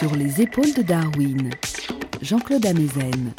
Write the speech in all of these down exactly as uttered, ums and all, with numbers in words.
Sur les épaules de Darwin, Jean-Claude Amezen.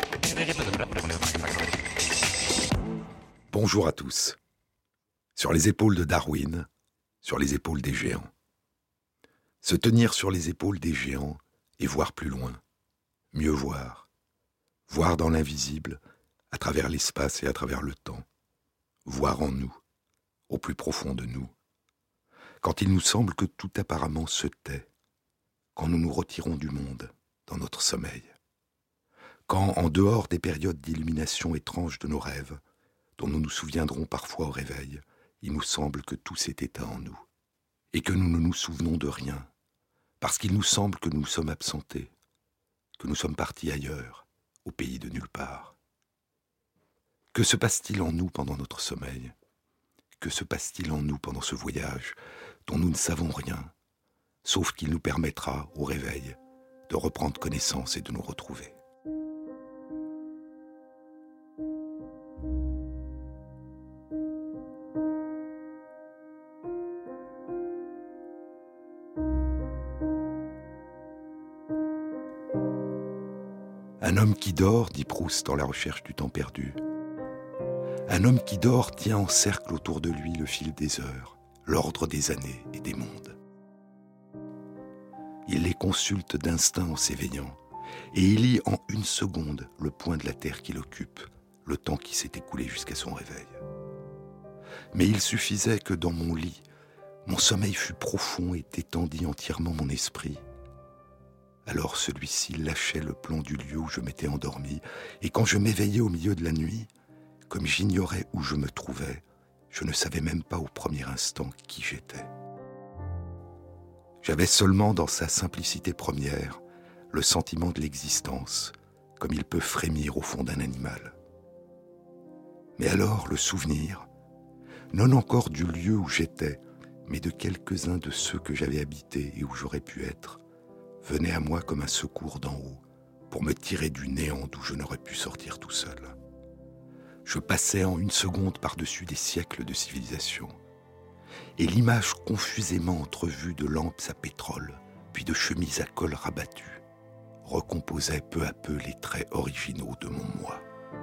Bonjour à tous. Sur les épaules de Darwin, sur les épaules des géants. Se tenir sur les épaules des géants et voir plus loin, mieux voir. Voir dans l'invisible, à travers l'espace et à travers le temps. Voir en nous, au plus profond de nous. Quand il nous semble que tout apparemment se tait, quand nous nous retirons du monde, dans notre sommeil. Quand, en dehors des périodes d'illumination étrange de nos rêves, dont nous nous souviendrons parfois au réveil, il nous semble que tout s'est éteint en nous, et que nous ne nous souvenons de rien, parce qu'il nous semble que nous nous sommes absentés, que nous sommes partis ailleurs, au pays de nulle part. Que se passe-t-il en nous pendant notre sommeil ? Que se passe-t-il en nous pendant ce voyage dont nous ne savons rien, sauf qu'il nous permettra, au réveil, de reprendre connaissance et de nous retrouver. Un homme qui dort, dit Proust dans La recherche du temps perdu. Un homme qui dort tient en cercle autour de lui le fil des heures, l'ordre des années et des mondes. Il les consulte d'instinct en s'éveillant, et il lit en une seconde le point de la terre qu'il occupe, le temps qui s'est écoulé jusqu'à son réveil. Mais il suffisait que dans mon lit, mon sommeil fût profond et étendit entièrement mon esprit. Alors celui-ci lâchait le plan du lieu où je m'étais endormi, et quand je m'éveillais au milieu de la nuit, comme j'ignorais où je me trouvais, je ne savais même pas au premier instant qui j'étais. J'avais seulement dans sa simplicité première le sentiment de l'existence, comme il peut frémir au fond d'un animal. Mais alors le souvenir, non encore du lieu où j'étais, mais de quelques-uns de ceux que j'avais habités et où j'aurais pu être, venait à moi comme un secours d'en haut, pour me tirer du néant d'où je n'aurais pu sortir tout seul. Je passais en une seconde par-dessus des siècles de civilisation, et l'image confusément entrevue de lampes à pétrole, puis de chemises à col rabattu, recomposait peu à peu les traits originaux de mon moi.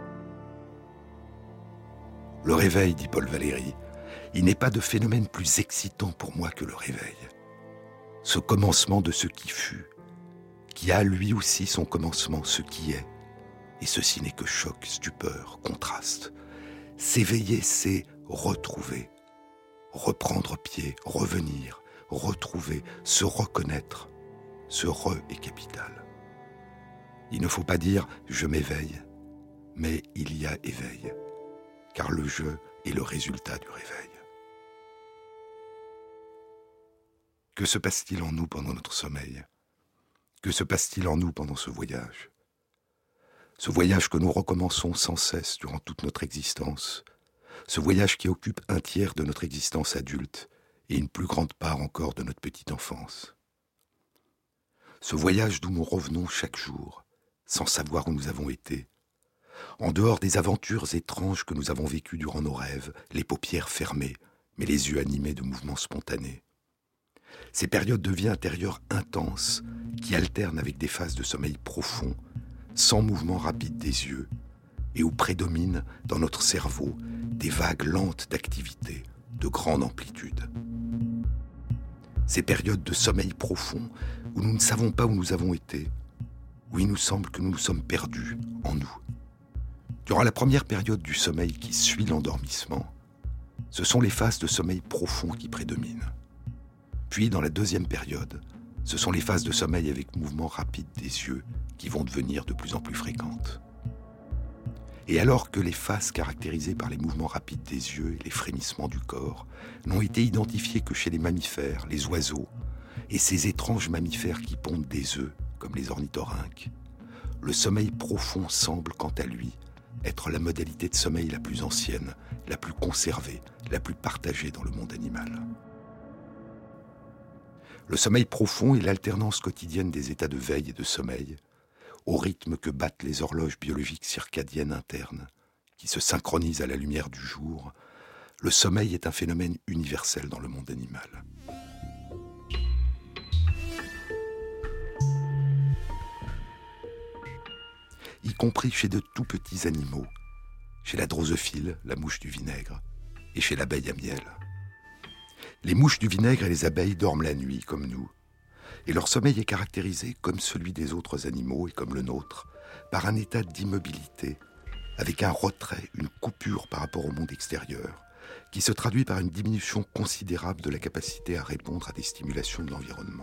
Le réveil, dit Paul Valéry, il n'est pas de phénomène plus excitant pour moi que le réveil. Ce commencement de ce qui fut, qui a lui aussi son commencement, ce qui est, et ceci n'est que choc, stupeur, contraste. S'éveiller, c'est retrouver, reprendre pied, revenir, retrouver, se reconnaître. Ce re est capital. Il ne faut pas dire « je m'éveille », mais il y a éveil, car le je est le résultat du réveil. Que se passe-t-il en nous pendant notre sommeil ? Que se passe-t-il en nous pendant ce voyage ? Ce voyage que nous recommençons sans cesse durant toute notre existence, ce voyage qui occupe un tiers de notre existence adulte et une plus grande part encore de notre petite enfance. Ce voyage d'où nous revenons chaque jour, sans savoir où nous avons été, en dehors des aventures étranges que nous avons vécues durant nos rêves, les paupières fermées, mais les yeux animés de mouvements spontanés. Ces périodes de vie intérieure intenses, qui alternent avec des phases de sommeil profond, sans mouvement rapide des yeux, et où prédominent dans notre cerveau des vagues lentes d'activité, de grande amplitude. Ces périodes de sommeil profond, où nous ne savons pas où nous avons été, où il nous semble que nous nous sommes perdus en nous. Durant la première période du sommeil qui suit l'endormissement, ce sont les phases de sommeil profond qui prédominent. Puis, dans la deuxième période, ce sont les phases de sommeil avec mouvement rapide des yeux qui vont devenir de plus en plus fréquentes. Et alors que les phases caractérisées par les mouvements rapides des yeux et les frémissements du corps n'ont été identifiées que chez les mammifères, les oiseaux, et ces étranges mammifères qui pondent des œufs, comme les ornithorynques, le sommeil profond semble, quant à lui, être la modalité de sommeil la plus ancienne, la plus conservée, la plus partagée dans le monde animal. Le sommeil profond est l'alternance quotidienne des états de veille et de sommeil, au rythme que battent les horloges biologiques circadiennes internes, qui se synchronisent à la lumière du jour. Le sommeil est un phénomène universel dans le monde animal. compris chez de tout petits animaux, chez la drosophile, la mouche du vinaigre, et chez l'abeille à miel. Les mouches du vinaigre et les abeilles dorment la nuit, comme nous, et leur sommeil est caractérisé, comme celui des autres animaux et comme le nôtre, par un état d'immobilité, avec un retrait, une coupure par rapport au monde extérieur, qui se traduit par une diminution considérable de la capacité à répondre à des stimulations de l'environnement.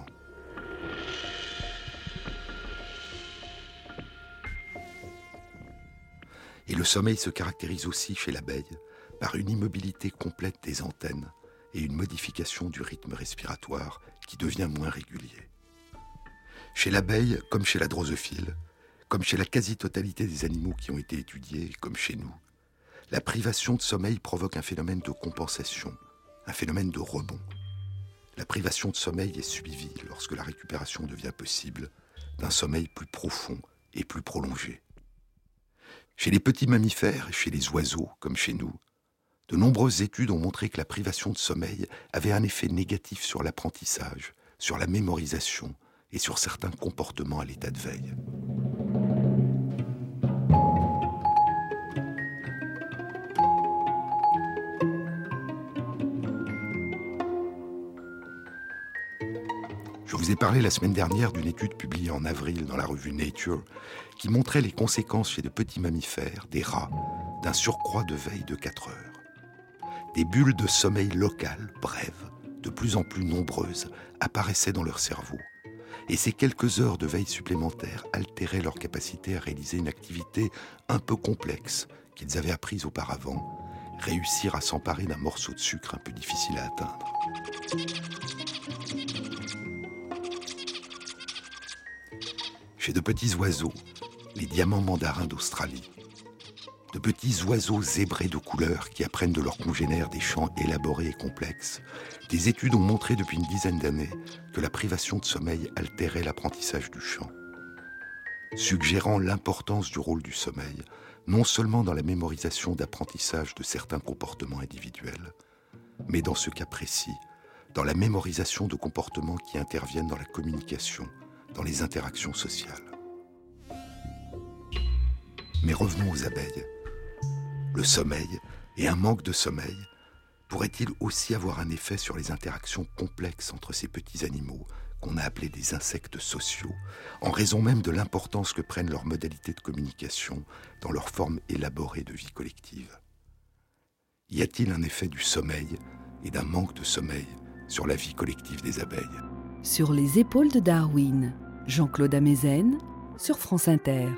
Et le sommeil se caractérise aussi chez l'abeille par une immobilité complète des antennes et une modification du rythme respiratoire qui devient moins régulier. Chez l'abeille, comme chez la drosophile, comme chez la quasi-totalité des animaux qui ont été étudiés, comme chez nous, la privation de sommeil provoque un phénomène de compensation, un phénomène de rebond. La privation de sommeil est suivie, lorsque la récupération devient possible, d'un sommeil plus profond et plus prolongé. Chez les petits mammifères et chez les oiseaux, comme chez nous, de nombreuses études ont montré que la privation de sommeil avait un effet négatif sur l'apprentissage, sur la mémorisation et sur certains comportements à l'état de veille. Je vous ai parlé la semaine dernière d'une étude publiée en avril dans la revue Nature qui montrait les conséquences chez de petits mammifères, des rats, d'un surcroît de veille de quatre heures. Des bulles de sommeil locales, brèves, de plus en plus nombreuses, apparaissaient dans leur cerveau. Et ces quelques heures de veille supplémentaires altéraient leur capacité à réaliser une activité un peu complexe qu'ils avaient apprise auparavant, réussir à s'emparer d'un morceau de sucre un peu difficile à atteindre. Chez de petits oiseaux, les diamants mandarins d'Australie, de petits oiseaux zébrés de couleurs qui apprennent de leurs congénères des chants élaborés et complexes, des études ont montré depuis une dizaine d'années que la privation de sommeil altérait l'apprentissage du chant, suggérant l'importance du rôle du sommeil, non seulement dans la mémorisation d'apprentissage de certains comportements individuels, mais dans ce cas précis, dans la mémorisation de comportements qui interviennent dans la communication, dans les interactions sociales. Mais revenons aux abeilles. Le sommeil et un manque de sommeil pourrait-il aussi avoir un effet sur les interactions complexes entre ces petits animaux qu'on a appelés des insectes sociaux, en raison même de l'importance que prennent leurs modalités de communication dans leur forme élaborée de vie collective? Y a-t-il un effet du sommeil et d'un manque de sommeil sur la vie collective des abeilles? Sur les épaules de Darwin, Jean-Claude Amezen, sur France Inter.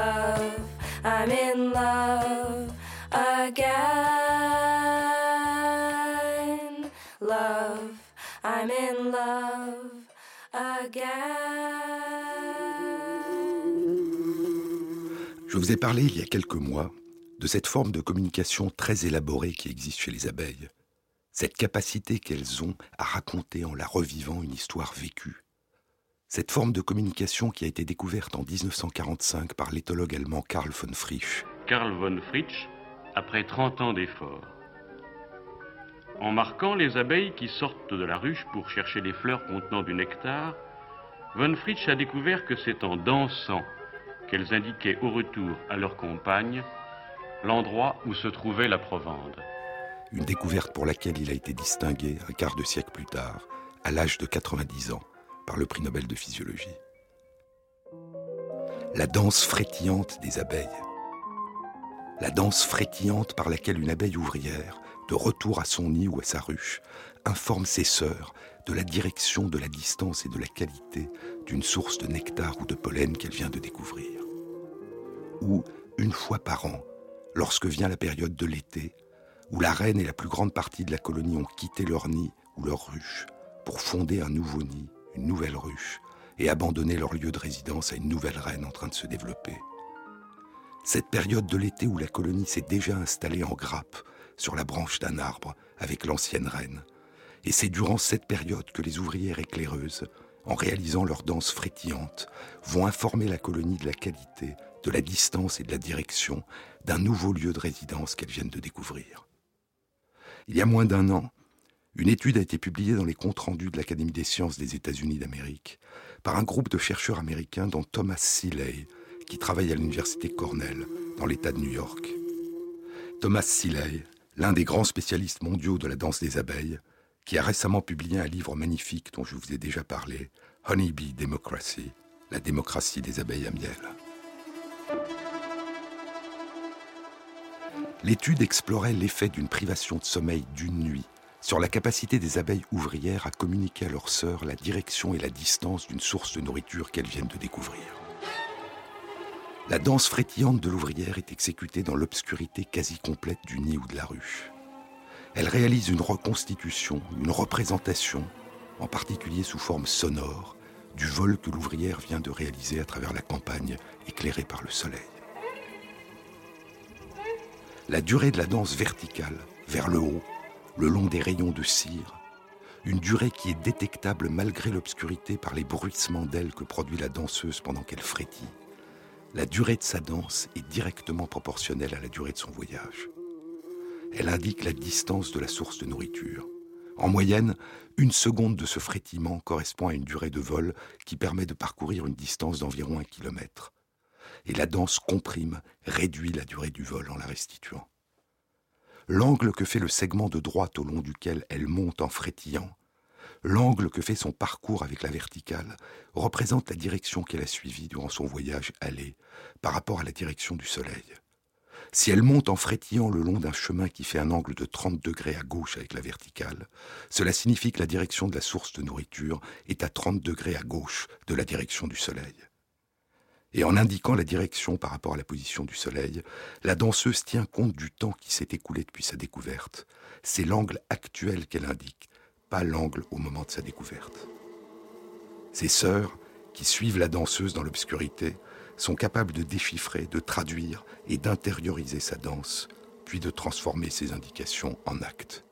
love, I'm in love again. Love, I'm in love again. Je vous ai parlé il y a quelques mois de cette forme de communication très élaborée qui existe chez les abeilles, cette capacité qu'elles ont à raconter en la revivant une histoire vécue. Cette forme de communication qui a été découverte en dix-neuf cent quarante-cinq par l'éthologue allemand Karl von Frisch. Karl von Frisch, après trente ans d'efforts. En marquant les abeilles qui sortent de la ruche pour chercher les fleurs contenant du nectar, von Frisch a découvert que c'est en dansant qu'elles indiquaient au retour à leur compagne l'endroit où se trouvait la provende. Une découverte pour laquelle il a été distingué un quart de siècle plus tard, à l'âge de quatre-vingt-dix ans, par le prix Nobel de physiologie. La danse frétillante des abeilles. La danse frétillante par laquelle une abeille ouvrière, de retour à son nid ou à sa ruche, informe ses sœurs de la direction, de la distance et de la qualité d'une source de nectar ou de pollen qu'elle vient de découvrir. Ou, une fois par an, lorsque vient la période de l'été, où la reine et la plus grande partie de la colonie ont quitté leur nid ou leur ruche pour fonder un nouveau nid, une nouvelle ruche, et abandonner leur lieu de résidence à une nouvelle reine en train de se développer. Cette période de l'été où la colonie s'est déjà installée en grappe sur la branche d'un arbre avec l'ancienne reine. Et c'est durant cette période que les ouvrières éclaireuses, en réalisant leur danse frétillante, vont informer la colonie de la qualité, de la distance et de la direction d'un nouveau lieu de résidence qu'elles viennent de découvrir. Il y a moins d'un an, une étude a été publiée dans les comptes rendus de l'Académie des sciences des États-Unis d'Amérique par un groupe de chercheurs américains dont Thomas Seeley, qui travaille à l'université Cornell, dans l'État de New York. Thomas Seeley, l'un des grands spécialistes mondiaux de la danse des abeilles, qui a récemment publié un livre magnifique dont je vous ai déjà parlé, Honeybee Democracy, la démocratie des abeilles à miel. L'étude explorait l'effet d'une privation de sommeil d'une nuit sur la capacité des abeilles ouvrières à communiquer à leurs sœurs la direction et la distance d'une source de nourriture qu'elles viennent de découvrir. La danse frétillante de l'ouvrière est exécutée dans l'obscurité quasi complète du nid ou de la ruche. Elle réalise une reconstitution, une représentation, en particulier sous forme sonore, du vol que l'ouvrière vient de réaliser à travers la campagne éclairée par le soleil. La durée de la danse verticale, vers le haut, le long des rayons de cire, une durée qui est détectable malgré l'obscurité par les bruissements d'ailes que produit la danseuse pendant qu'elle frétille. La durée de sa danse est directement proportionnelle à la durée de son voyage. Elle indique la distance de la source de nourriture. En moyenne, une seconde de ce frétillement correspond à une durée de vol qui permet de parcourir une distance d'environ un kilomètre. Et la danse comprime, réduit la durée du vol en la restituant. L'angle que fait le segment de droite au long duquel elle monte en frétillant, l'angle que fait son parcours avec la verticale, représente la direction qu'elle a suivie durant son voyage aller par rapport à la direction du soleil. Si elle monte en frétillant le long d'un chemin qui fait un angle de trente degrés à gauche avec la verticale, cela signifie que la direction de la source de nourriture est à trente degrés à gauche de la direction du soleil. Et en indiquant la direction par rapport à la position du soleil, la danseuse tient compte du temps qui s'est écoulé depuis sa découverte. C'est l'angle actuel qu'elle indique, pas l'angle au moment de sa découverte. Ses sœurs, qui suivent la danseuse dans l'obscurité, sont capables de déchiffrer, de traduire et d'intérioriser sa danse, puis de transformer ses indications en actes.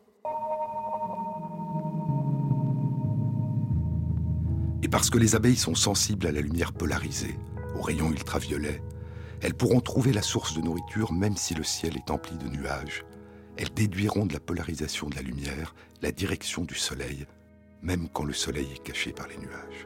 Et parce que les abeilles sont sensibles à la lumière polarisée, aux rayons ultraviolets, elles pourront trouver la source de nourriture même si le ciel est empli de nuages. Elles déduiront de la polarisation de la lumière la direction du soleil, même quand le soleil est caché par les nuages.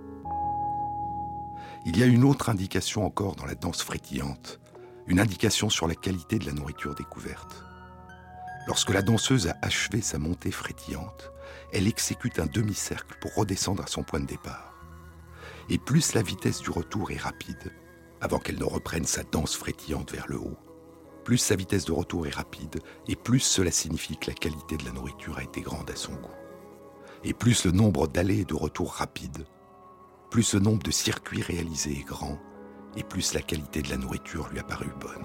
Il y a une autre indication encore dans la danse frétillante, une indication sur la qualité de la nourriture découverte. Lorsque la danseuse a achevé sa montée frétillante, elle exécute un demi-cercle pour redescendre à son point de départ. Et plus la vitesse du retour est rapide, avant qu'elle ne reprenne sa danse frétillante vers le haut, plus sa vitesse de retour est rapide, et plus cela signifie que la qualité de la nourriture a été grande à son goût. Et plus le nombre d'allées et de retours rapides, plus le nombre de circuits réalisés est grand, et plus la qualité de la nourriture lui a paru bonne.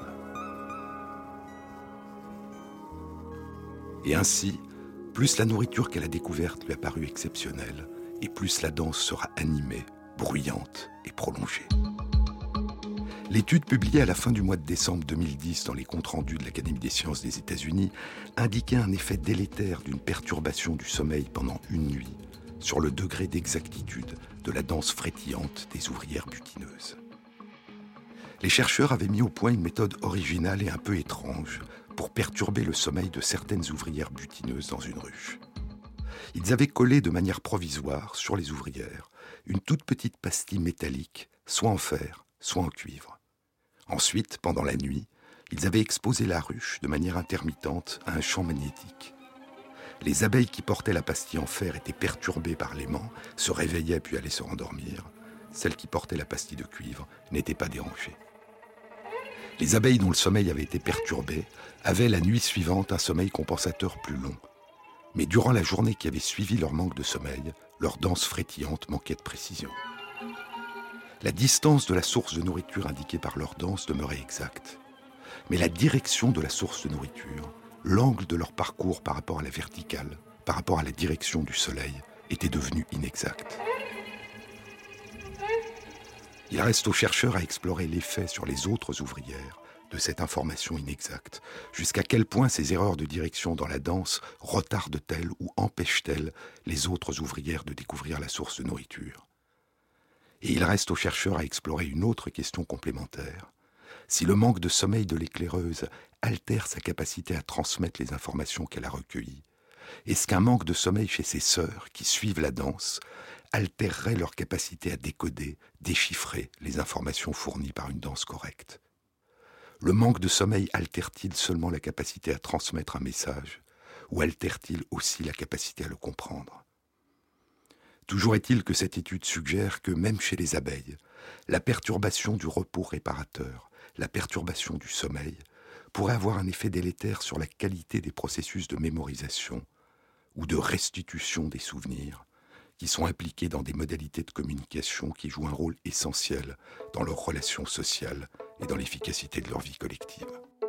Et ainsi, plus la nourriture qu'elle a découverte lui a paru exceptionnelle, et plus la danse sera animée, bruyante et prolongée. L'étude publiée à la fin du mois de décembre deux mille dix dans les comptes rendus de l'Académie des sciences des États-Unis indiquait un effet délétère d'une perturbation du sommeil pendant une nuit sur le degré d'exactitude de la danse frétillante des ouvrières butineuses. Les chercheurs avaient mis au point une méthode originale et un peu étrange pour perturber le sommeil de certaines ouvrières butineuses dans une ruche. Ils avaient collé de manière provisoire sur les ouvrières une toute petite pastille métallique, soit en fer, soit en cuivre. Ensuite, pendant la nuit, ils avaient exposé la ruche de manière intermittente à un champ magnétique. Les abeilles qui portaient la pastille en fer étaient perturbées par l'aimant, se réveillaient puis allaient se rendormir. Celles qui portaient la pastille de cuivre n'étaient pas dérangées. Les abeilles dont le sommeil avait été perturbé avaient la nuit suivante un sommeil compensateur plus long. Mais durant la journée qui avait suivi leur manque de sommeil, leur danse frétillante manquait de précision. La distance de la source de nourriture indiquée par leur danse demeurait exacte. Mais la direction de la source de nourriture, l'angle de leur parcours par rapport à la verticale, par rapport à la direction du soleil, était devenu inexact. Il reste aux chercheurs à explorer l'effet sur les autres ouvrières de cette information inexacte. Jusqu'à quel point ces erreurs de direction dans la danse retardent-elles ou empêchent-elles les autres ouvrières de découvrir la source de nourriture ? Et il reste aux chercheurs à explorer une autre question complémentaire. Si le manque de sommeil de l'éclaireuse altère sa capacité à transmettre les informations qu'elle a recueillies, est-ce qu'un manque de sommeil chez ses sœurs qui suivent la danse altérerait leur capacité à décoder, déchiffrer les informations fournies par une danse correcte ? Le manque de sommeil altère-t-il seulement la capacité à transmettre un message, ou altère-t-il aussi la capacité à le comprendre ? Toujours est-il que cette étude suggère que même chez les abeilles, la perturbation du repos réparateur, la perturbation du sommeil, pourrait avoir un effet délétère sur la qualité des processus de mémorisation ou de restitution des souvenirs, qui sont impliqués dans des modalités de communication qui jouent un rôle essentiel dans leurs relations sociales et dans l'efficacité de leur vie collective.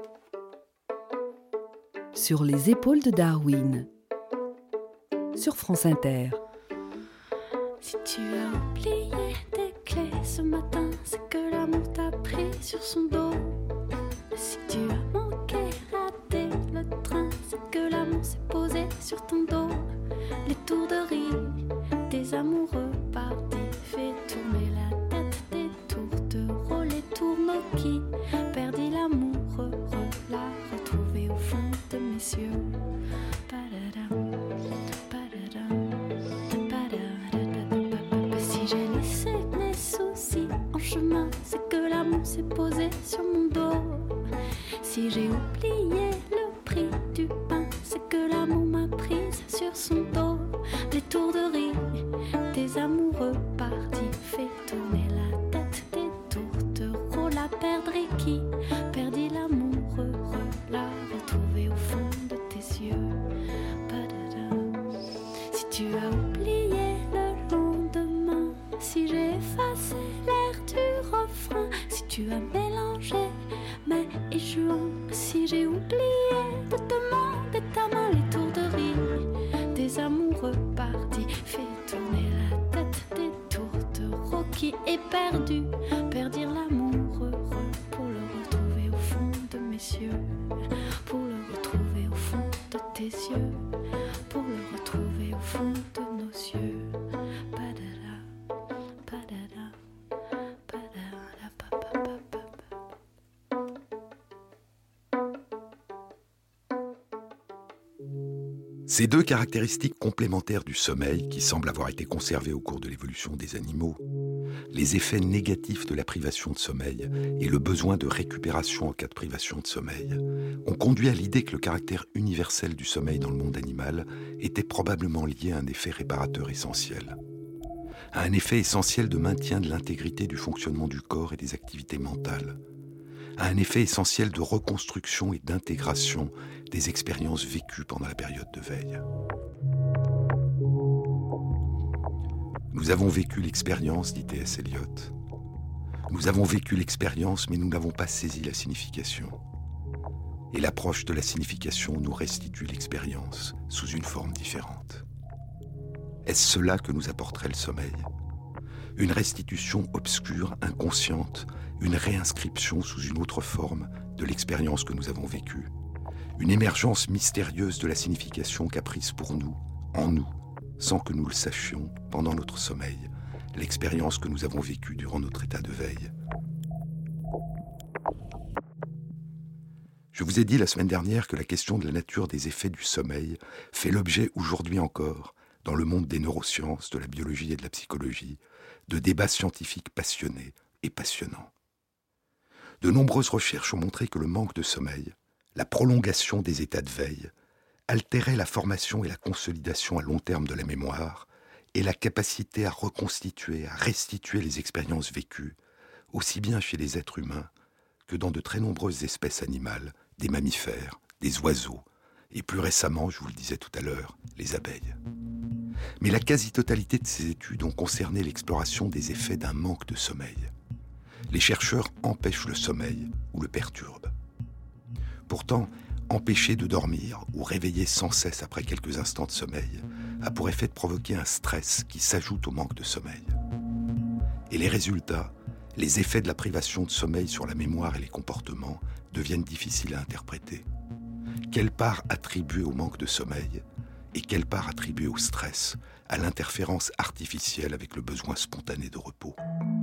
Sur les épaules de Darwin, sur France Inter. Si tu as oublié tes clés ce matin, c'est que l'amour t'a pris sur son dos. Si tu as manqué, raté le train, c'est que l'amour s'est posé sur ton dos. L'étourderie des amoureux partis fait tourner la tête des tourtereaux, les tourneaux qui perdit l'amour heureux, l'a retrouvé au fond de mes yeux. Padadam, padadam, padadam. Si j'ai laissé mes soucis en chemin, c'est que l'amour s'est posé sur mon dos. Si j'ai oublié le prix du pain, c'est que l'amour m'a prise sur son dos. L'étourderie des amoureux partis fait tourner la tête des tourtereaux, la perdrix qui perdit l'amour heureux, l'a retrouvé au fond de tes yeux. Padadam. Si tu as oublié le lendemain, si j'ai effacé l'air du refrain, si tu as mélangé mai et juin, si j'ai oublié de demander ta main, l'étourderie des amoureux partis fait tourner la tête des tourtereaux qui est perdu, perdirent l'amour heureux pour le retrouver au fond de mes yeux, pour le retrouver au fond de tes yeux, pour le retrouver au fond de nos yeux. Padada, padada, padada, papapapa. Ces deux caractéristiques complémentaires du sommeil, qui semblent avoir été conservées au cours de l'évolution des animaux, les effets négatifs de la privation de sommeil et le besoin de récupération en cas de privation de sommeil, ont conduit à l'idée que le caractère universel du sommeil dans le monde animal était probablement lié à un effet réparateur essentiel. À un effet essentiel de maintien de l'intégrité du fonctionnement du corps et des activités mentales, à un effet essentiel de reconstruction et d'intégration des expériences vécues pendant la période de veille. Nous avons vécu l'expérience, dit T S Eliot. Nous avons vécu l'expérience, mais nous n'avons pas saisi la signification. Et l'approche de la signification nous restitue l'expérience sous une forme différente. Est-ce cela que nous apporterait le sommeil ? Une restitution obscure, inconsciente, une réinscription sous une autre forme de l'expérience que nous avons vécue, une émergence mystérieuse de la signification qu'a prise pour nous, en nous, sans que nous le sachions, pendant notre sommeil, l'expérience que nous avons vécue durant notre état de veille. Je vous ai dit la semaine dernière que la question de la nature des effets du sommeil fait l'objet aujourd'hui encore, dans le monde des neurosciences, de la biologie et de la psychologie, de débats scientifiques passionnés et passionnants. De nombreuses recherches ont montré que le manque de sommeil, la prolongation des états de veille, altérait la formation et la consolidation à long terme de la mémoire et la capacité à reconstituer, à restituer les expériences vécues, aussi bien chez les êtres humains que dans de très nombreuses espèces animales, des mammifères, des oiseaux, et plus récemment, je vous le disais tout à l'heure, les abeilles. Mais la quasi-totalité de ces études ont concerné l'exploration des effets d'un manque de sommeil. Les chercheurs empêchent le sommeil ou le perturbent. Pourtant, empêcher de dormir ou réveiller sans cesse après quelques instants de sommeil a pour effet de provoquer un stress qui s'ajoute au manque de sommeil. Et les résultats, les effets de la privation de sommeil sur la mémoire et les comportements deviennent difficiles à interpréter. Quelle part attribuer au manque de sommeil et quelle part attribuer au stress, à l'interférence artificielle avec le besoin spontané de repos.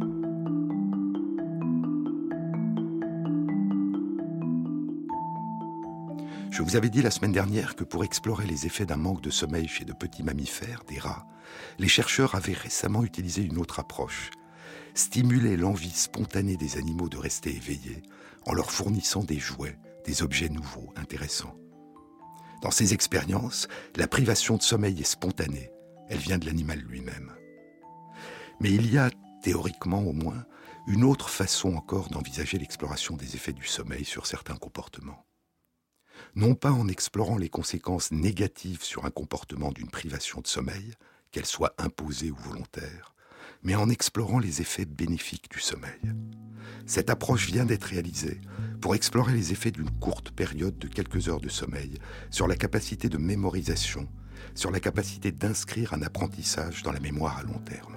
Je vous avais dit la semaine dernière que pour explorer les effets d'un manque de sommeil chez de petits mammifères, des rats, les chercheurs avaient récemment utilisé une autre approche, stimuler l'envie spontanée des animaux de rester éveillés en leur fournissant des jouets, des objets nouveaux, intéressants. Dans ces expériences, la privation de sommeil est spontanée, elle vient de l'animal lui-même. Mais il y a, théoriquement au moins, une autre façon encore d'envisager l'exploration des effets du sommeil sur certains comportements. Non pas en explorant les conséquences négatives sur un comportement d'une privation de sommeil, qu'elle soit imposée ou volontaire, mais en explorant les effets bénéfiques du sommeil. Cette approche vient d'être réalisée pour explorer les effets d'une courte période de quelques heures de sommeil sur la capacité de mémorisation, sur la capacité d'inscrire un apprentissage dans la mémoire à long terme.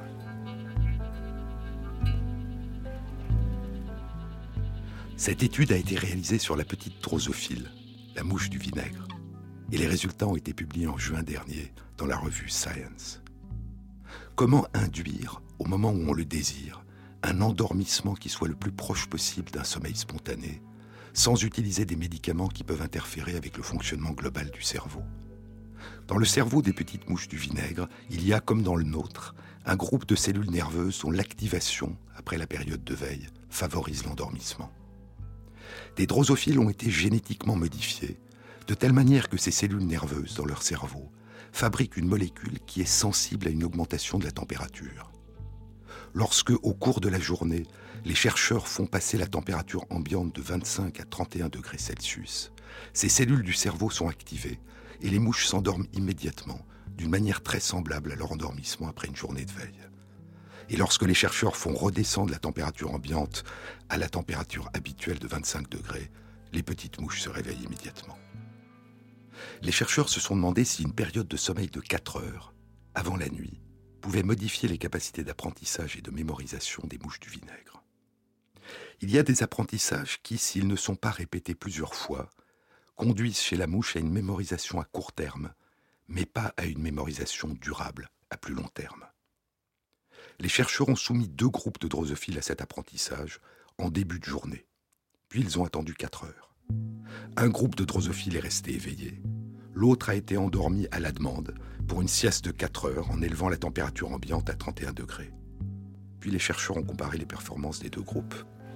Cette étude a été réalisée sur la petite drosophile, la mouche du vinaigre, et les résultats ont été publiés en juin dernier dans la revue Science. Comment induire, au moment où on le désire, un endormissement qui soit le plus proche possible d'un sommeil spontané, sans utiliser des médicaments qui peuvent interférer avec le fonctionnement global du cerveau. Dans le cerveau des petites mouches du vinaigre, il y a, comme dans le nôtre, un groupe de cellules nerveuses dont l'activation, après la période de veille, favorise l'endormissement. Des drosophiles ont été génétiquement modifiés, de telle manière que ces cellules nerveuses, dans leur cerveau, fabriquent une molécule qui est sensible à une augmentation de la température. Lorsque, au cours de la journée, les chercheurs font passer la température ambiante de vingt-cinq à trente et un degrés Celsius, ces cellules du cerveau sont activées et les mouches s'endorment immédiatement, d'une manière très semblable à leur endormissement après une journée de veille. Et lorsque les chercheurs font redescendre la température ambiante à la température habituelle de vingt-cinq degrés, les petites mouches se réveillent immédiatement. Les chercheurs se sont demandé si une période de sommeil de quatre heures, avant la nuit, pouvait modifier les capacités d'apprentissage et de mémorisation des mouches du vinaigre. Il y a des apprentissages qui, s'ils ne sont pas répétés plusieurs fois, conduisent chez la mouche à une mémorisation à court terme, mais pas à une mémorisation durable à plus long terme. Les chercheurs ont soumis deux groupes de drosophiles à cet apprentissage en début de journée, puis ils ont attendu quatre heures. Un groupe de drosophiles est resté éveillé, l'autre a été endormi à la demande pour une sieste de quatre heures en élevant la température ambiante à trente et un degrés. Puis les chercheurs ont comparé les performances des deux groupes.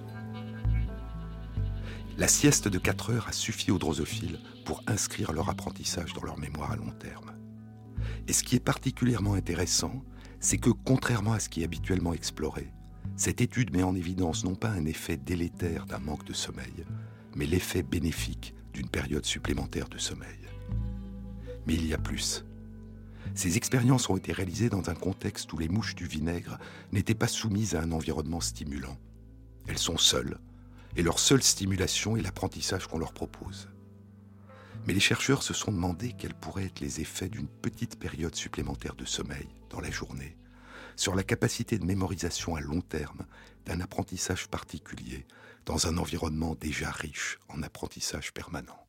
La sieste de quatre heures a suffi aux drosophiles pour inscrire leur apprentissage dans leur mémoire à long terme. Et ce qui est particulièrement intéressant, c'est que, contrairement à ce qui est habituellement exploré, cette étude met en évidence non pas un effet délétère d'un manque de sommeil, mais l'effet bénéfique d'une période supplémentaire de sommeil. Mais il y a plus. Ces expériences ont été réalisées dans un contexte où les mouches du vinaigre n'étaient pas soumises à un environnement stimulant. Elles sont seules, et leur seule stimulation est l'apprentissage qu'on leur propose. Mais les chercheurs se sont demandé quels pourraient être les effets d'une petite période supplémentaire de sommeil dans la journée sur la capacité de mémorisation à long terme d'un apprentissage particulier dans un environnement déjà riche en apprentissage permanent.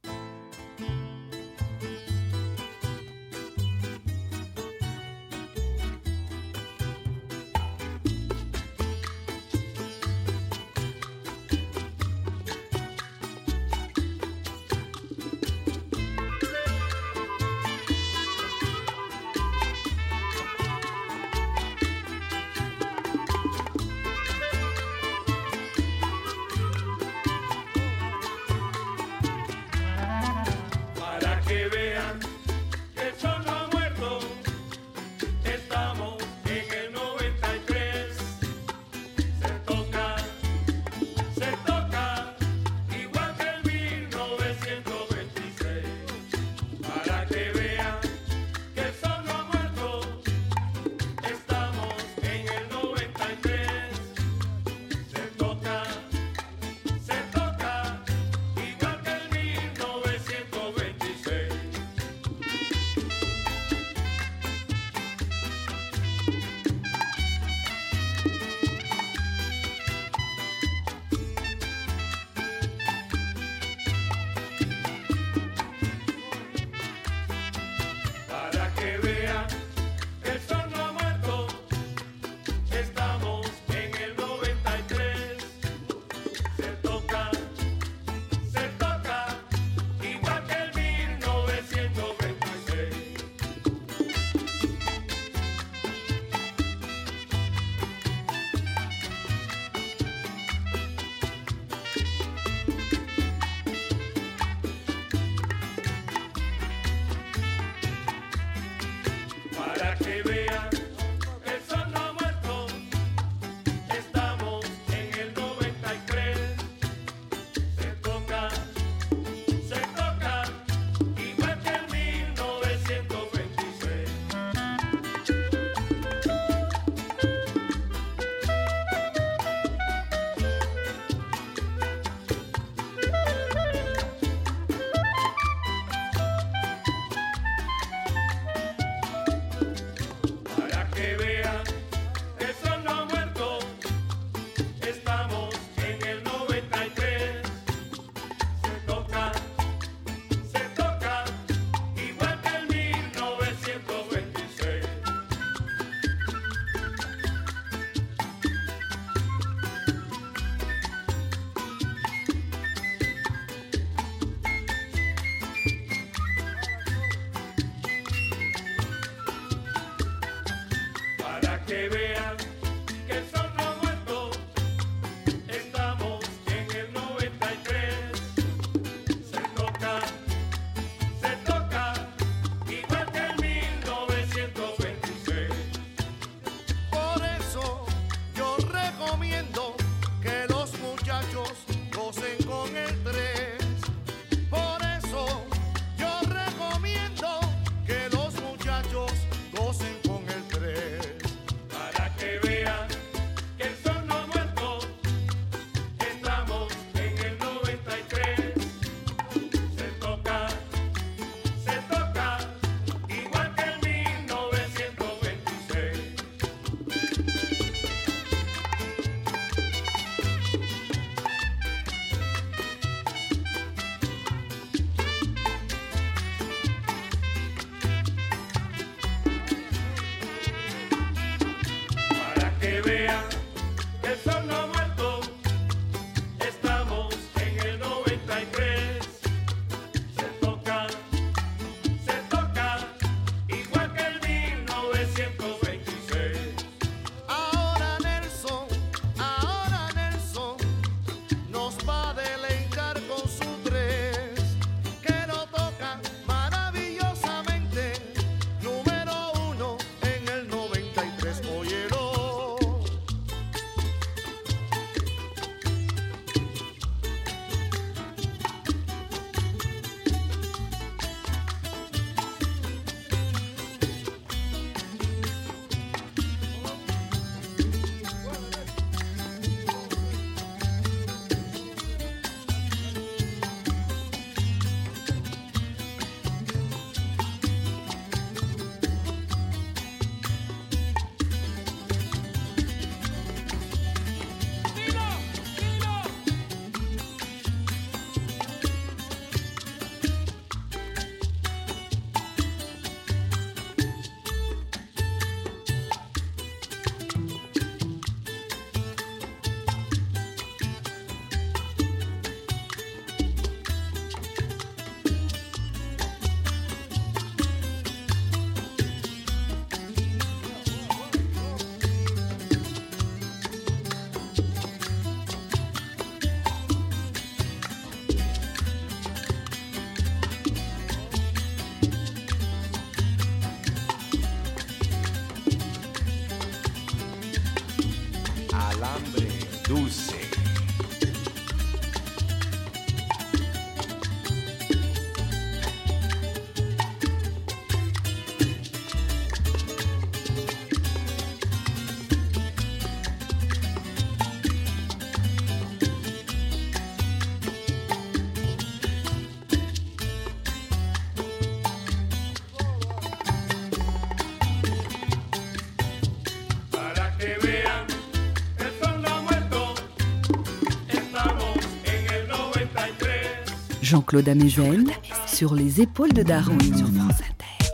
Jean-Claude Amezen sur les épaules de Darwin sur France Inter.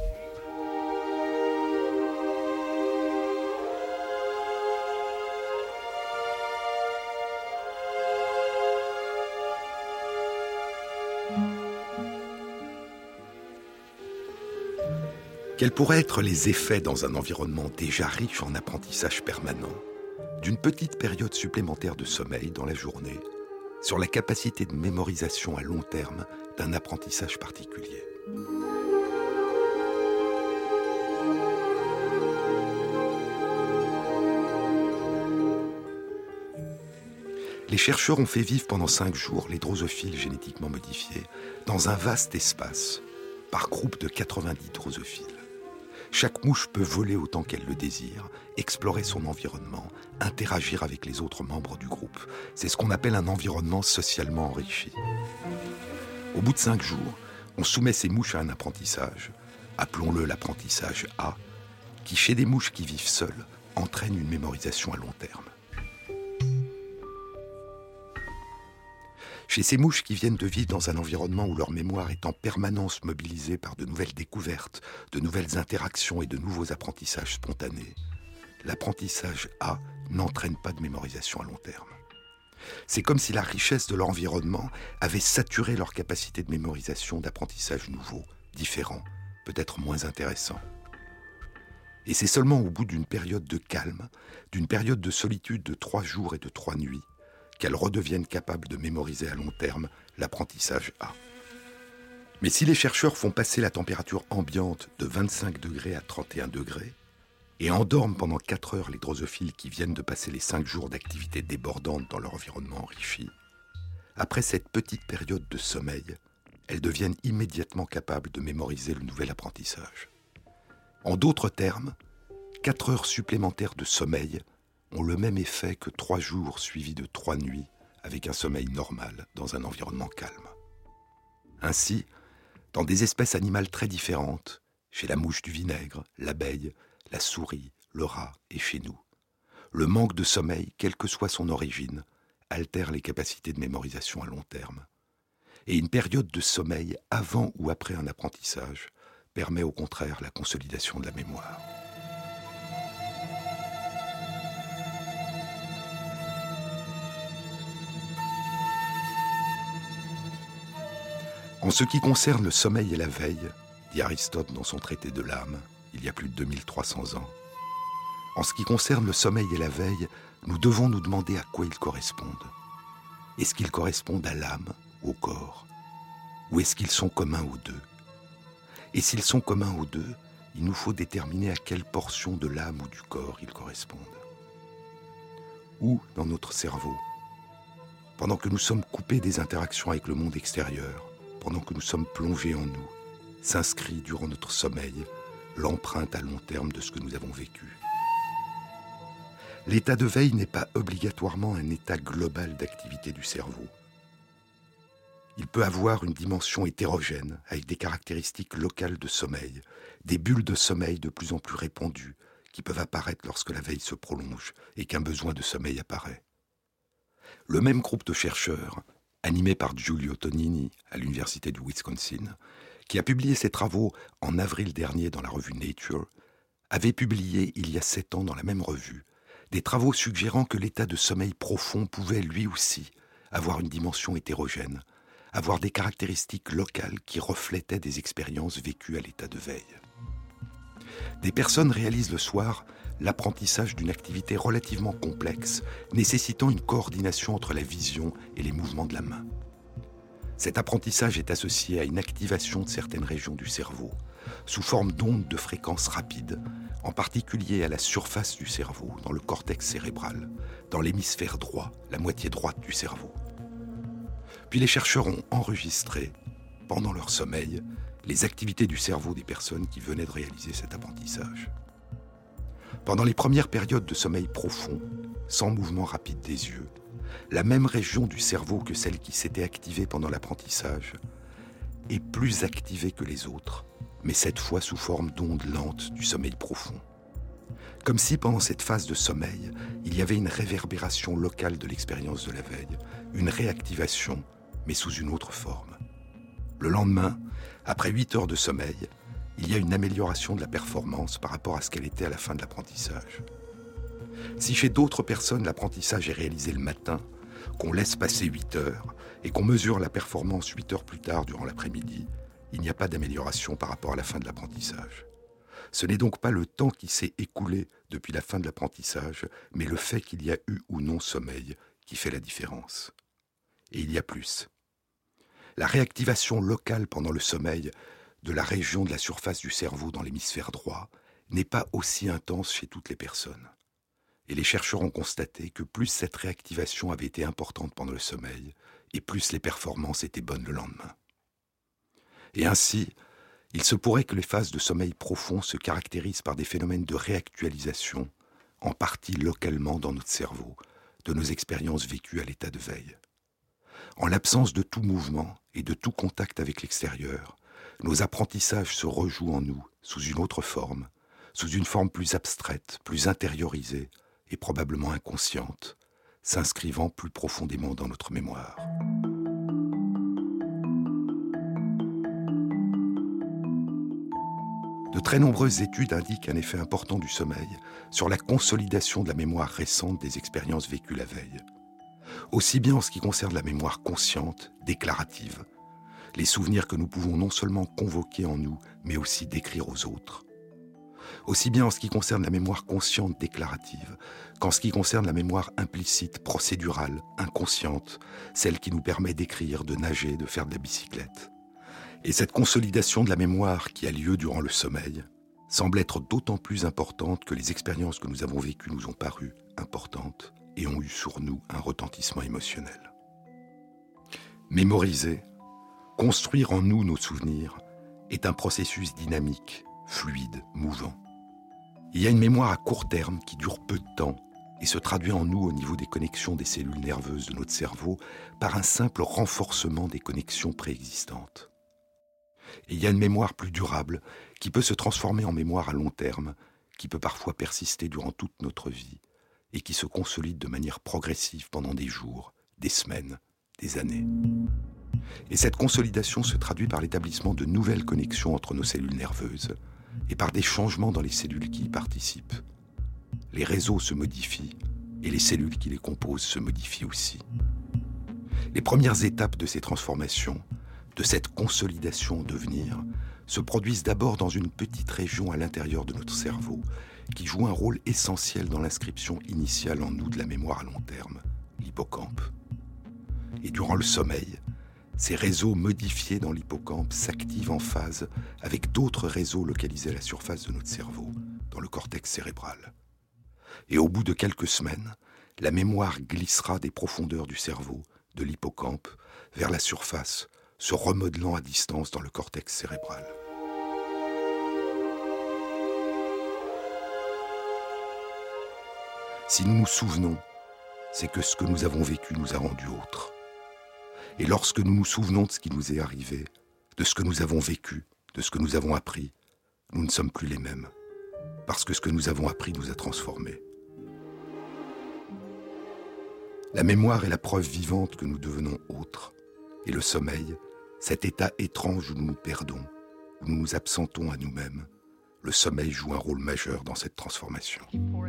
Quels pourraient être les effets dans un environnement déjà riche en apprentissage permanent d'une petite période supplémentaire de sommeil dans la journée sur la capacité de mémorisation à long terme d'un apprentissage particulier? Les chercheurs ont fait vivre pendant cinq jours les drosophiles génétiquement modifiés dans un vaste espace par groupe de quatre-vingt-dix drosophiles. Chaque mouche peut voler autant qu'elle le désire, explorer son environnement, interagir avec les autres membres du groupe. C'est ce qu'on appelle un environnement socialement enrichi. Au bout de cinq jours, on soumet ces mouches à un apprentissage, appelons-le l'apprentissage A, qui, chez des mouches qui vivent seules, entraîne une mémorisation à long terme. Chez ces mouches qui viennent de vivre dans un environnement où leur mémoire est en permanence mobilisée par de nouvelles découvertes, de nouvelles interactions et de nouveaux apprentissages spontanés, l'apprentissage A n'entraîne pas de mémorisation à long terme. C'est comme si la richesse de l'environnement avait saturé leur capacité de mémorisation d'apprentissage nouveau, différent, peut-être moins intéressant. Et c'est seulement au bout d'une période de calme, d'une période de solitude de trois jours et de trois nuits, qu'elles redeviennent capables de mémoriser à long terme l'apprentissage A. Mais si les chercheurs font passer la température ambiante de vingt-cinq degrés à trente et un degrés et endorment pendant quatre heures les drosophiles qui viennent de passer les cinq jours d'activité débordante dans leur environnement enrichi, après cette petite période de sommeil, elles deviennent immédiatement capables de mémoriser le nouvel apprentissage. En d'autres termes, quatre heures supplémentaires de sommeil ont le même effet que trois jours suivis de trois nuits avec un sommeil normal dans un environnement calme. Ainsi, dans des espèces animales très différentes, chez la mouche du vinaigre, l'abeille, la souris, le rat et chez nous, le manque de sommeil, quelle que soit son origine, altère les capacités de mémorisation à long terme. Et une période de sommeil avant ou après un apprentissage permet au contraire la consolidation de la mémoire. En ce qui concerne le sommeil et la veille, dit Aristote dans son traité de l'âme, il y a plus de deux mille trois cents ans, en ce qui concerne le sommeil et la veille, nous devons nous demander à quoi ils correspondent. Est-ce qu'ils correspondent à l'âme, au corps, ou est-ce qu'ils sont communs aux deux? Et s'ils sont communs aux deux, il nous faut déterminer à quelle portion de l'âme ou du corps ils correspondent. Où dans notre cerveau, pendant que nous sommes coupés des interactions avec le monde extérieur, pendant que nous sommes plongés en nous, s'inscrit durant notre sommeil l'empreinte à long terme de ce que nous avons vécu. L'état de veille n'est pas obligatoirement un état global d'activité du cerveau. Il peut avoir une dimension hétérogène, avec des caractéristiques locales de sommeil, des bulles de sommeil de plus en plus répandues, qui peuvent apparaître lorsque la veille se prolonge et qu'un besoin de sommeil apparaît. Le même groupe de chercheurs, animé par Giulio Tonini à l'université du Wisconsin, qui a publié ses travaux en avril dernier dans la revue Nature, avait publié il y a sept ans dans la même revue des travaux suggérant que l'état de sommeil profond pouvait lui aussi avoir une dimension hétérogène, avoir des caractéristiques locales qui reflétaient des expériences vécues à l'état de veille. Des personnes réalisent le soir l'apprentissage d'une activité relativement complexe, nécessitant une coordination entre la vision et les mouvements de la main. Cet apprentissage est associé à une activation de certaines régions du cerveau, sous forme d'ondes de fréquence rapide, en particulier à la surface du cerveau, dans le cortex cérébral, dans l'hémisphère droit, la moitié droite du cerveau. Puis les chercheurs ont enregistré, pendant leur sommeil, les activités du cerveau des personnes qui venaient de réaliser cet apprentissage. Pendant les premières périodes de sommeil profond, sans mouvement rapide des yeux, la même région du cerveau que celle qui s'était activée pendant l'apprentissage est plus activée que les autres, mais cette fois sous forme d'ondes lentes du sommeil profond. Comme si pendant cette phase de sommeil, il y avait une réverbération locale de l'expérience de la veille, une réactivation, mais sous une autre forme. Le lendemain, après huit heures de sommeil, il y a une amélioration de la performance par rapport à ce qu'elle était à la fin de l'apprentissage. Si chez d'autres personnes, l'apprentissage est réalisé le matin, qu'on laisse passer huit heures et qu'on mesure la performance huit heures plus tard durant l'après-midi, il n'y a pas d'amélioration par rapport à la fin de l'apprentissage. Ce n'est donc pas le temps qui s'est écoulé depuis la fin de l'apprentissage, mais le fait qu'il y a eu ou non sommeil qui fait la différence. Et il y a plus. La réactivation locale pendant le sommeil de la région de la surface du cerveau dans l'hémisphère droit n'est pas aussi intense chez toutes les personnes. Et les chercheurs ont constaté que plus cette réactivation avait été importante pendant le sommeil, et plus les performances étaient bonnes le lendemain. Et ainsi, il se pourrait que les phases de sommeil profond se caractérisent par des phénomènes de réactualisation, en partie localement dans notre cerveau, de nos expériences vécues à l'état de veille. En l'absence de tout mouvement et de tout contact avec l'extérieur, nos apprentissages se rejouent en nous sous une autre forme, sous une forme plus abstraite, plus intériorisée et probablement inconsciente, s'inscrivant plus profondément dans notre mémoire. De très nombreuses études indiquent un effet important du sommeil sur la consolidation de la mémoire récente des expériences vécues la veille. Aussi bien en ce qui concerne la mémoire consciente, déclarative, les souvenirs que nous pouvons non seulement convoquer en nous, mais aussi décrire aux autres. Aussi bien en ce qui concerne la mémoire consciente déclarative qu'en ce qui concerne la mémoire implicite, procédurale, inconsciente, celle qui nous permet d'écrire, de nager, de faire de la bicyclette. Et cette consolidation de la mémoire qui a lieu durant le sommeil semble être d'autant plus importante que les expériences que nous avons vécues nous ont paru importantes et ont eu sur nous un retentissement émotionnel. Mémoriser, construire en nous nos souvenirs est un processus dynamique, fluide, mouvant. Il y a une mémoire à court terme qui dure peu de temps et se traduit en nous au niveau des connexions des cellules nerveuses de notre cerveau par un simple renforcement des connexions préexistantes. Et il y a une mémoire plus durable qui peut se transformer en mémoire à long terme, qui peut parfois persister durant toute notre vie et qui se consolide de manière progressive pendant des jours, des semaines, des années. Et cette consolidation se traduit par l'établissement de nouvelles connexions entre nos cellules nerveuses et par des changements dans les cellules qui y participent. Les réseaux se modifient et les cellules qui les composent se modifient aussi. Les premières étapes de ces transformations, de cette consolidation en devenir, se produisent d'abord dans une petite région à l'intérieur de notre cerveau qui joue un rôle essentiel dans l'inscription initiale en nous de la mémoire à long terme, l'hippocampe. Et durant le sommeil, ces réseaux modifiés dans l'hippocampe s'activent en phase avec d'autres réseaux localisés à la surface de notre cerveau, dans le cortex cérébral. Et au bout de quelques semaines, la mémoire glissera des profondeurs du cerveau, de l'hippocampe, vers la surface, se remodelant à distance dans le cortex cérébral. Si nous nous souvenons, c'est que ce que nous avons vécu nous a rendus autres. Et lorsque nous nous souvenons de ce qui nous est arrivé, de ce que nous avons vécu, de ce que nous avons appris, nous ne sommes plus les mêmes, parce que ce que nous avons appris nous a transformés. La mémoire est la preuve vivante que nous devenons autres, et le sommeil, cet état étrange où nous nous perdons, où nous nous absentons à nous-mêmes, le sommeil joue un rôle majeur dans cette transformation.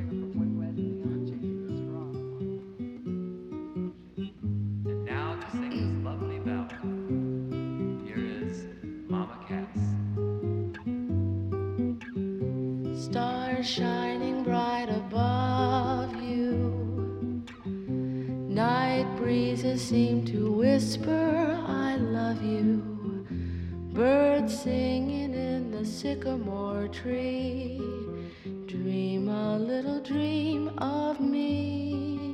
Stars shining bright above you. Night breezes seem to whisper, I love you. Birds singing in the sycamore tree. Dream a little dream of me.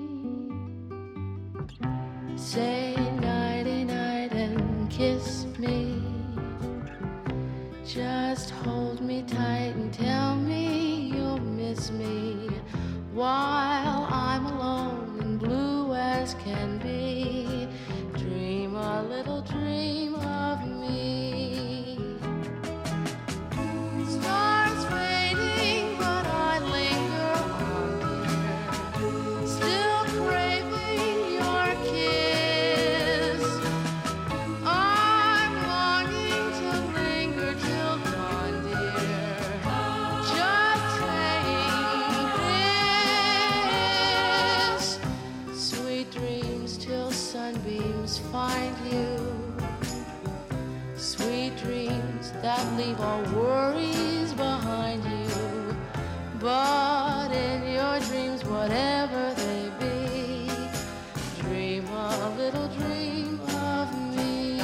Say nighty night and kiss me. Just hold me tight and tell me you'll miss me while I'm alone and blue as can be. Dream a little dream of me. Stars fading, but I linger on, dear, still craving your kiss. I'm longing that leave all worries behind you. But in your dreams, whatever they be, dream a little dream of me.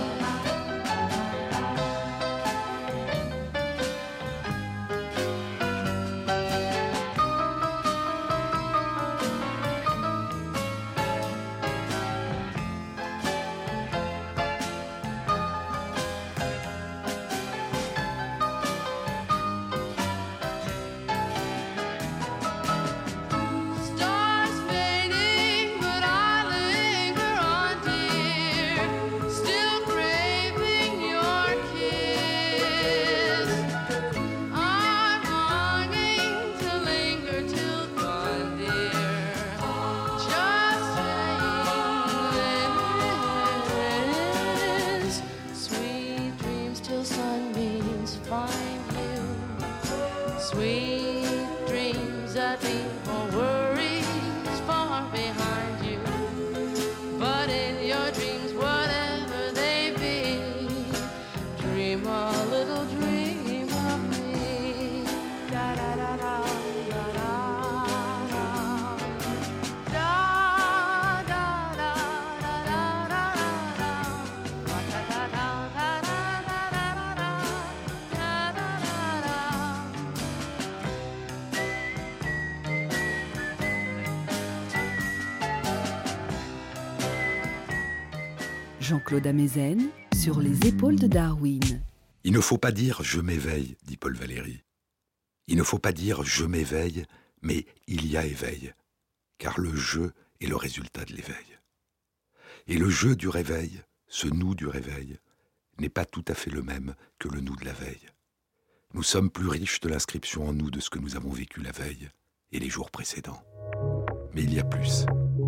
Jean-Claude Amezen, sur les épaules de Darwin. Il ne faut pas dire « je m'éveille », dit Paul Valéry. Il ne faut pas dire « je m'éveille », mais il y a éveil, car le « je » est le résultat de l'éveil. Et le « je » du réveil, ce « nous » du réveil, n'est pas tout à fait le même que le « nous » de la veille. Nous sommes plus riches de l'inscription en nous de ce que nous avons vécu la veille et les jours précédents. Mais il y a plus.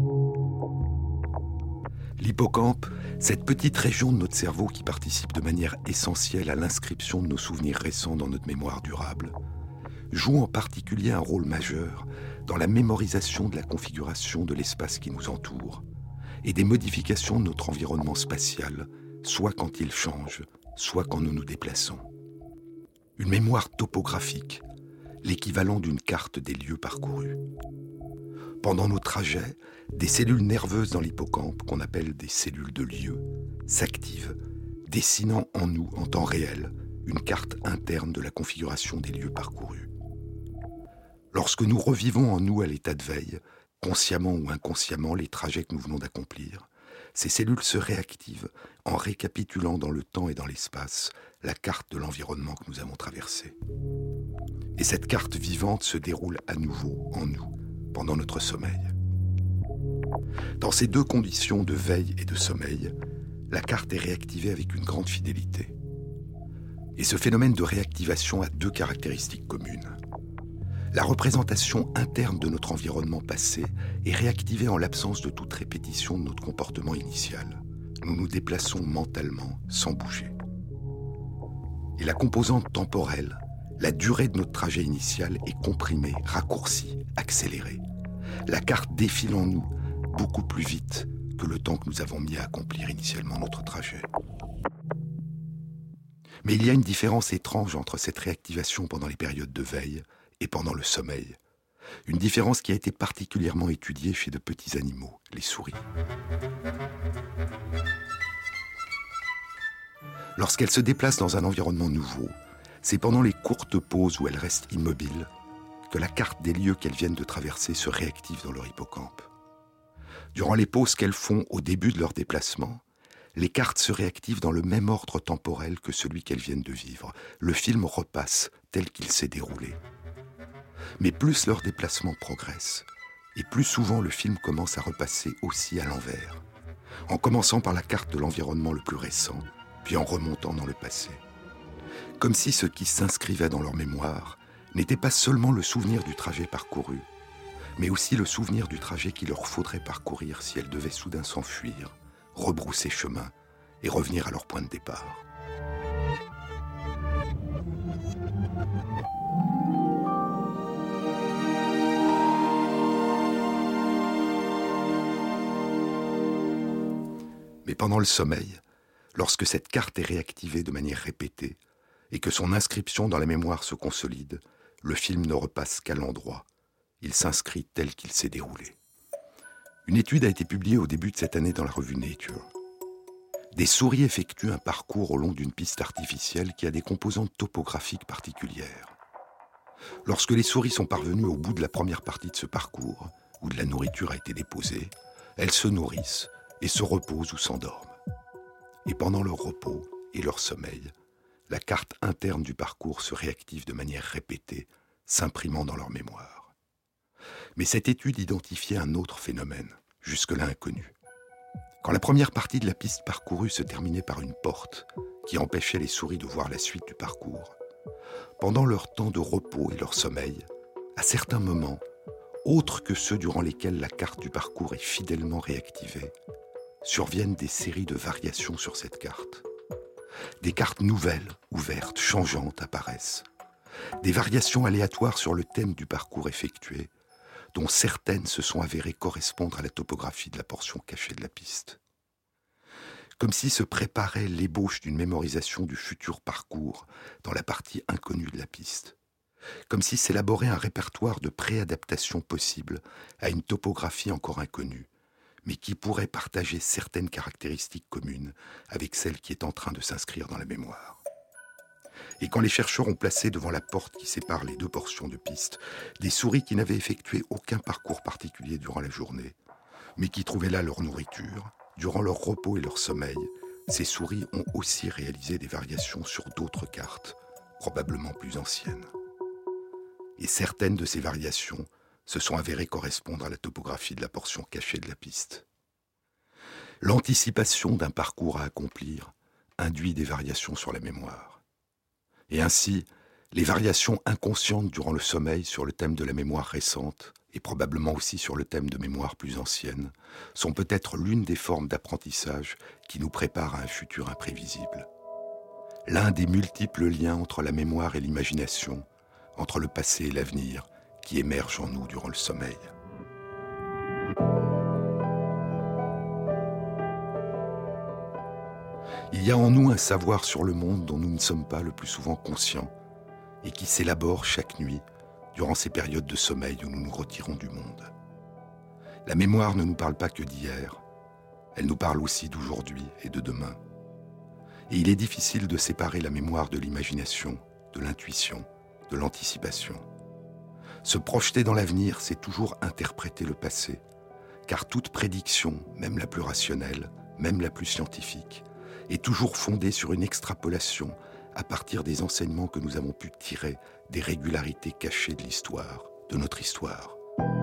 L'hippocampe, cette petite région de notre cerveau qui participe de manière essentielle à l'inscription de nos souvenirs récents dans notre mémoire durable, joue en particulier un rôle majeur dans la mémorisation de la configuration de l'espace qui nous entoure et des modifications de notre environnement spatial, soit quand il change, soit quand nous nous déplaçons. Une mémoire topographique, l'équivalent d'une carte des lieux parcourus. Pendant nos trajets, des cellules nerveuses dans l'hippocampe, qu'on appelle des cellules de lieu, s'activent, dessinant en nous, en temps réel, une carte interne de la configuration des lieux parcourus. Lorsque nous revivons en nous à l'état de veille, consciemment ou inconsciemment, les trajets que nous venons d'accomplir, ces cellules se réactivent en récapitulant dans le temps et dans l'espace la carte de l'environnement que nous avons traversé. Et cette carte vivante se déroule à nouveau en nous, pendant notre sommeil. Dans ces deux conditions de veille et de sommeil, la carte est réactivée avec une grande fidélité. Et ce phénomène de réactivation a deux caractéristiques communes. La représentation interne de notre environnement passé est réactivée en l'absence de toute répétition de notre comportement initial. Nous nous déplaçons mentalement, sans bouger. Et la composante temporelle, la durée de notre trajet initial est comprimée, raccourcie, accélérée. La carte défile en nous beaucoup plus vite que le temps que nous avons mis à accomplir initialement notre trajet. Mais il y a une différence étrange entre cette réactivation pendant les périodes de veille et pendant le sommeil. Une différence qui a été particulièrement étudiée chez de petits animaux, les souris. Lorsqu'elles se déplacent dans un environnement nouveau, c'est pendant les courtes pauses où elles restent immobiles que la carte des lieux qu'elles viennent de traverser se réactive dans leur hippocampe. Durant les pauses qu'elles font au début de leur déplacement, les cartes se réactivent dans le même ordre temporel que celui qu'elles viennent de vivre. Le film repasse tel qu'il s'est déroulé. Mais plus leur déplacement progresse, et plus souvent le film commence à repasser aussi à l'envers, en commençant par la carte de l'environnement le plus récent, puis en remontant dans le passé. Comme si ce qui s'inscrivait dans leur mémoire n'était pas seulement le souvenir du trajet parcouru, mais aussi le souvenir du trajet qu'il leur faudrait parcourir si elles devaient soudain s'enfuir, rebrousser chemin et revenir à leur point de départ. Mais pendant le sommeil, lorsque cette carte est réactivée de manière répétée, et que son inscription dans la mémoire se consolide, le film ne repasse qu'à l'endroit. Il s'inscrit tel qu'il s'est déroulé. Une étude a été publiée au début de cette année dans la revue Nature. Des souris effectuent un parcours au long d'une piste artificielle qui a des composantes topographiques particulières. Lorsque les souris sont parvenues au bout de la première partie de ce parcours, où de la nourriture a été déposée, elles se nourrissent et se reposent ou s'endorment. Et pendant leur repos et leur sommeil, la carte interne du parcours se réactive de manière répétée, s'imprimant dans leur mémoire. Mais cette étude identifiait un autre phénomène, jusque-là inconnu. Quand la première partie de la piste parcourue se terminait par une porte qui empêchait les souris de voir la suite du parcours, pendant leur temps de repos et leur sommeil, à certains moments, autres que ceux durant lesquels la carte du parcours est fidèlement réactivée, surviennent des séries de variations sur cette carte. Des cartes nouvelles, ouvertes, changeantes apparaissent. Des variations aléatoires sur le thème du parcours effectué, dont certaines se sont avérées correspondre à la topographie de la portion cachée de la piste. Comme si se préparait l'ébauche d'une mémorisation du futur parcours dans la partie inconnue de la piste. Comme si s'élaborait un répertoire de préadaptations possibles à une topographie encore inconnue, mais qui pourrait partager certaines caractéristiques communes avec celle qui est en train de s'inscrire dans la mémoire. Et quand les chercheurs ont placé devant la porte qui sépare les deux portions de piste des souris qui n'avaient effectué aucun parcours particulier durant la journée, mais qui trouvaient là leur nourriture, durant leur repos et leur sommeil, ces souris ont aussi réalisé des variations sur d'autres cartes, probablement plus anciennes. Et certaines de ces variations se sont avérées correspondre à la topographie de la portion cachée de la piste. L'anticipation d'un parcours à accomplir induit des variations sur la mémoire. Et ainsi, les variations inconscientes durant le sommeil sur le thème de la mémoire récente, et probablement aussi sur le thème de mémoire plus ancienne, sont peut-être l'une des formes d'apprentissage qui nous prépare à un futur imprévisible. L'un des multiples liens entre la mémoire et l'imagination, entre le passé et l'avenir, qui émerge en nous durant le sommeil. Il y a en nous un savoir sur le monde dont nous ne sommes pas le plus souvent conscients et qui s'élabore chaque nuit durant ces périodes de sommeil où nous nous retirons du monde. La mémoire ne nous parle pas que d'hier, elle nous parle aussi d'aujourd'hui et de demain. Et il est difficile de séparer la mémoire de l'imagination, de l'intuition, de l'anticipation. Se projeter dans l'avenir, c'est toujours interpréter le passé, car toute prédiction, même la plus rationnelle, même la plus scientifique, est toujours fondée sur une extrapolation à partir des enseignements que nous avons pu tirer des régularités cachées de l'histoire, de notre histoire.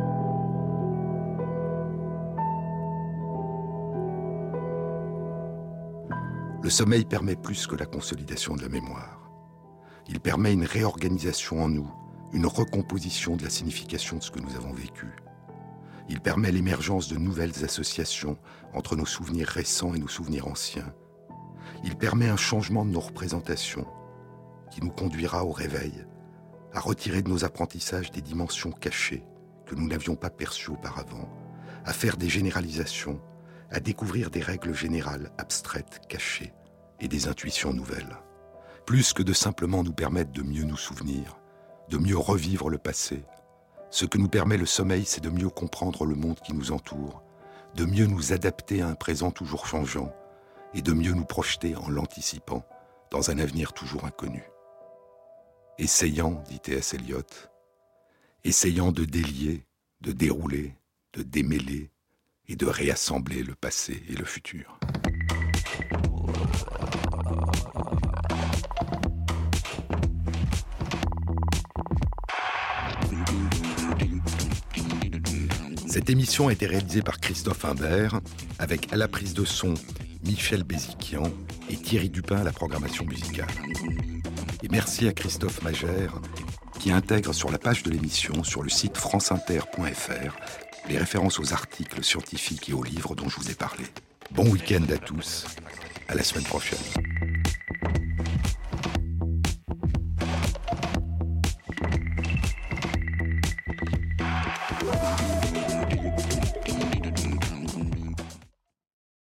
Le sommeil permet plus que la consolidation de la mémoire. Il permet une réorganisation en nous, une recomposition de la signification de ce que nous avons vécu. Il permet l'émergence de nouvelles associations entre nos souvenirs récents et nos souvenirs anciens. Il permet un changement de nos représentations qui nous conduira au réveil, à retirer de nos apprentissages des dimensions cachées que nous n'avions pas perçues auparavant, à faire des généralisations, à découvrir des règles générales abstraites, cachées, et des intuitions nouvelles. Plus que de simplement nous permettre de mieux nous souvenir, de mieux revivre le passé, ce que nous permet le sommeil, c'est de mieux comprendre le monde qui nous entoure, de mieux nous adapter à un présent toujours changeant, et de mieux nous projeter en l'anticipant dans un avenir toujours inconnu. Essayant, dit T S Eliot, essayant de délier, de dérouler, de démêler et de réassembler le passé et le futur. Cette émission a été réalisée par Christophe Imbert, avec à la prise de son Michel Béziquian et Thierry Dupin à la programmation musicale. Et merci à Christophe Magère, qui intègre sur la page de l'émission, sur le site franceinter point f r, les références aux articles scientifiques et aux livres dont je vous ai parlé. Bon week-end à tous, à la semaine prochaine.